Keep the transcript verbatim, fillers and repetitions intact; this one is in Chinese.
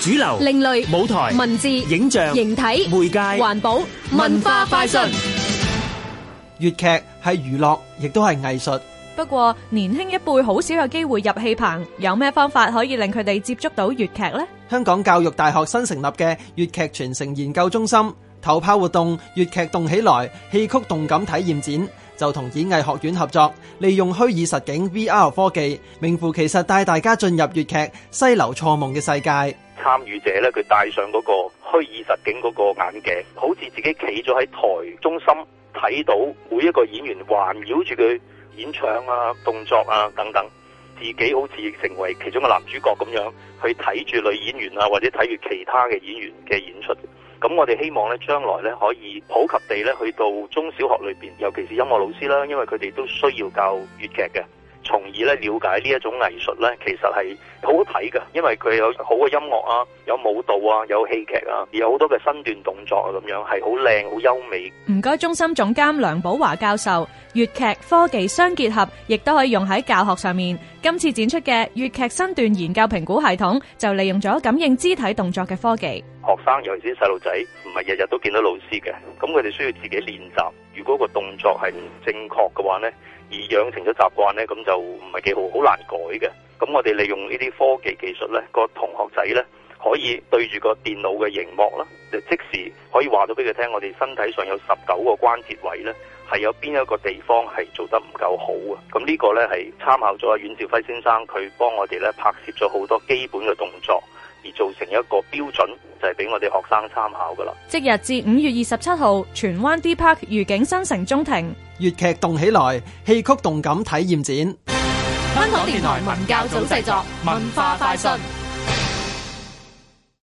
主流、 另類、 舞台、 文字、 影像、 形體、 媒介、 環保、文化快訊。 粵劇係娛樂，亦都係藝術。 不過年輕一輩好少有機會入戲棚，有咩方法可以令佢哋接觸到粵劇呢？ 香港教育大學新成立嘅粵劇傳承研究中心頭炮活動粵劇動起來戲曲動感體驗展，就同演藝學院合作，利用虛擬實境 V R 科技，名副其實帶大家進入粵劇西流錯夢嘅世界。 參與者咧，佢戴上嗰個虛擬實境嗰個眼鏡，好似自己企咗喺台中心，睇到每一個演員環繞住佢演唱啊、動作啊等等，自己好似成為其中嘅男主角咁樣去睇住女演員啊，或者睇住其他嘅演員嘅演出。咁我哋希望咧，將來咧可以普及地咧去到中小學裏邊，尤其是音樂老師啦，因為佢哋都需要教粵劇嘅，從而咧了解呢一種藝術咧，其實係好好睇嘅，因為佢有好嘅音樂啊，有舞蹈啊，有戲劇啊，有好多嘅身段動作啊，咁樣係好靚、好優美。 唔該，中心總監梁寶華教授，粵劇科技相結合，亦都可以用喺教學上面。今次展出嘅粵劇身段研究評估系統，就利用咗感應肢體動作嘅科技。 學生尤其是細路仔，唔係日日都見到老師嘅，咁佢哋需要自己練習。如果個動作係唔正確嘅話呢，而養成咗習慣呢，咁就唔係幾好，好難改嘅。咁我哋利用呢啲科技技術呢，個同學仔呢可以對住個電腦嘅熒幕啦，就即時可以話到俾佢聽，我哋身體上有十九個關節位呢，係有邊一個地方係做得唔夠好啊。咁呢個呢係參考咗阮兆輝先生，佢幫我哋呢拍攝咗好多基本嘅動作，而做成一個標準，就係俾我哋學生參考噶啦。 即日至五月二十七號，荃灣 D Park 愉景新城中庭， 粵劇動起來戲曲動感體驗展。 香港電台文教組製作，文化快訊。